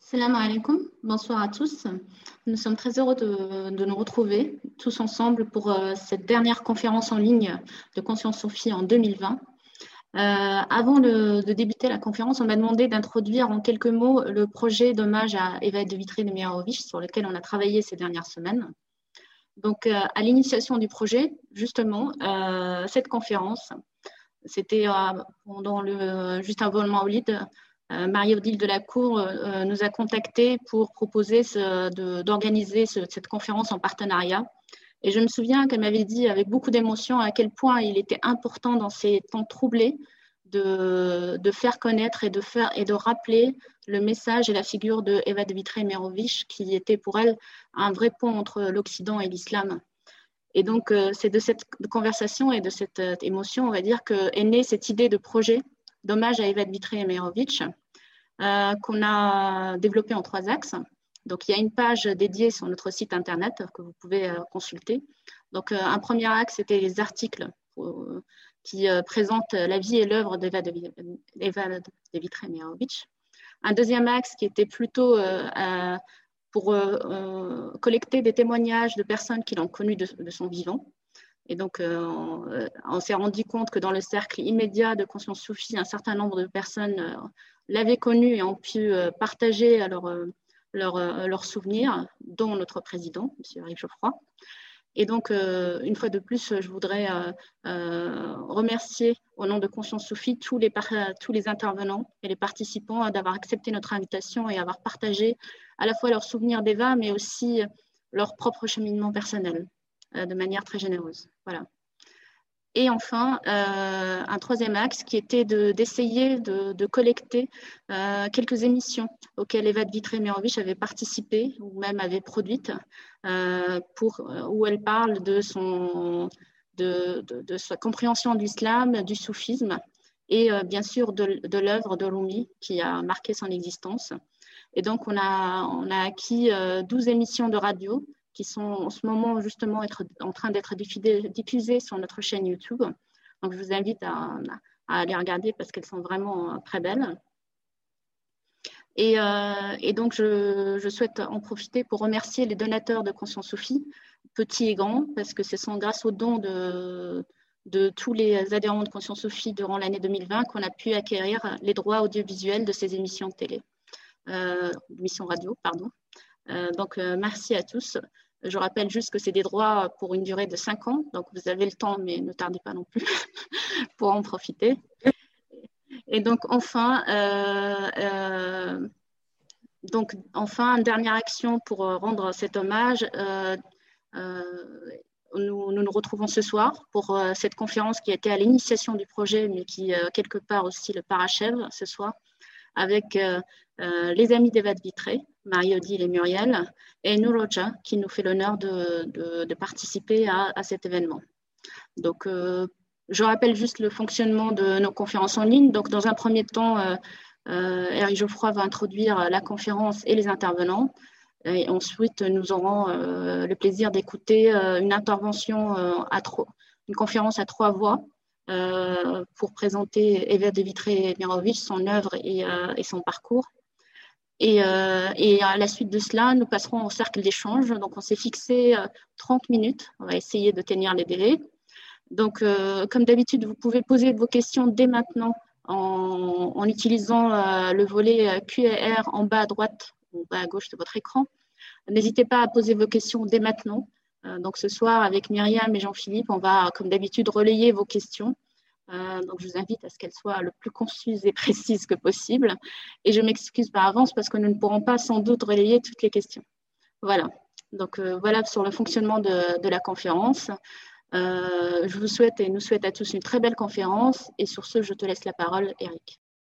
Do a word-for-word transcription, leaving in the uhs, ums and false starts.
Salam alaikum, bonsoir à tous. Nous sommes très heureux de, de nous retrouver tous ensemble pour euh, cette dernière conférence en ligne de Conscience Soufie en deux mille vingt. Euh, avant le- de débuter la conférence, on m'a demandé d'introduire en quelques mots le projet d'hommage à Eva de Vitré de Mirovic sur lequel on a travaillé ces dernières semaines. Donc, euh, à l'initiation du projet, justement, euh, cette conférence, c'était euh, pendant le, juste avant le Maoulid. Euh, Marie-Odile Delacour euh, nous a contactés pour proposer ce- de- d'organiser ce- cette conférence en partenariat. Et je me souviens qu'elle m'avait dit avec beaucoup d'émotion à quel point il était important dans ces temps troublés de, de faire connaître et de, faire, et de rappeler le message et la figure de Eva de Vitré-Merovic qui était pour elle un vrai pont entre l'Occident et l'islam. Et donc, euh, c'est de cette conversation et de cette euh, émotion, on va dire, que est née cette idée de projet d'hommage à Eva de Vitré-Merovic euh, qu'on a développée en trois axes. Donc, il y a une page dédiée sur notre site internet que vous pouvez euh, consulter. Donc, euh, un premier axe, c'était les articles euh, qui euh, présentent la vie et l'œuvre d'Eva de, de Vitré-Merovic. Un deuxième axe qui était plutôt euh, à, pour euh, euh, collecter des témoignages de personnes qui l'ont connue de, de son vivant. Et donc, euh, on, on s'est rendu compte que dans le cercle immédiat de Conscience Soufie, un certain nombre de personnes euh, l'avaient connue et ont pu euh, partager leurs leur, euh, leur souvenirs, dont notre président, M. Eric Geoffroy. Et donc, euh, une fois de plus, je voudrais euh, euh, remercier au nom de Conscience Soufie tous les, tous les intervenants et les participants d'avoir accepté notre invitation et avoir partagé à la fois leurs souvenirs d'Eva, mais aussi leur propre cheminement personnel euh, de manière très généreuse. Voilà. Et enfin, euh, un troisième axe qui était d'essayer de, de, de collecter euh, quelques émissions auxquelles Eva de Vitré-Merovic avait participé ou même avait produites, euh, pour, où elle parle de, son, de, de, de sa compréhension de l'islam, du soufisme et euh, bien sûr de, de l'œuvre de Rumi qui a marqué son existence. Et donc, on a, on a acquis euh, douze émissions de radio qui sont en ce moment justement être, en train d'être diffusées sur notre chaîne YouTube. Donc, je vous invite à, à aller regarder parce qu'elles sont vraiment très belles. Et, euh, et donc, je, je souhaite en profiter pour remercier les donateurs de Conscience Soufie, petits et grands, parce que ce sont grâce aux dons de, de tous les adhérents de Conscience Soufie durant l'année deux mille vingt qu'on a pu acquérir les droits audiovisuels de ces émissions de télé, euh, émissions radio, pardon. Euh, donc, euh, merci à tous. Je rappelle juste que c'est des droits pour une durée de cinq ans. Donc, vous avez le temps, mais ne tardez pas non plus pour en profiter. Et donc, enfin, euh, euh, donc, enfin, une dernière action pour rendre cet hommage. Euh, euh, nous, nous nous retrouvons ce soir pour euh, cette conférence qui a été à l'initiation du projet, mais qui, euh, quelque part aussi, le parachève ce soir, avec euh, euh, les amis d'Eva de Vitré, Marie-Odile et Muriel, et Nouroja, qui nous fait l'honneur de, de, de participer à, à cet événement. Donc, euh, je rappelle juste le fonctionnement de nos conférences en ligne. Donc, dans un premier temps, euh, euh, Eric Geoffroy va introduire la conférence et les intervenants. Et ensuite, nous aurons euh, le plaisir d'écouter euh, une intervention, euh, à trois, une conférence à trois voix, Euh, pour présenter Eva de Vitré-Merovic, son œuvre et, euh, et son parcours. Et, euh, et à la suite de cela, nous passerons au cercle d'échange. Donc, on s'est fixé euh, trente minutes. On va essayer de tenir les délais. Donc, euh, comme d'habitude, vous pouvez poser vos questions dès maintenant en, en utilisant euh, le volet Q et R en bas à droite ou bas à gauche de votre écran. N'hésitez pas à poser vos questions dès maintenant. Euh, donc, ce soir, avec Myriam et Jean-Philippe, on va, comme d'habitude, relayer vos questions. Euh, donc, je vous invite à ce qu'elles soient le plus concises et précises que possible. Et je m'excuse par avance parce que nous ne pourrons pas sans doute relayer toutes les questions. Voilà. Donc, euh, voilà sur le fonctionnement de, de la conférence. Euh, je vous souhaite et nous souhaite à tous une très belle conférence. Et sur ce, je te laisse la parole, Eric.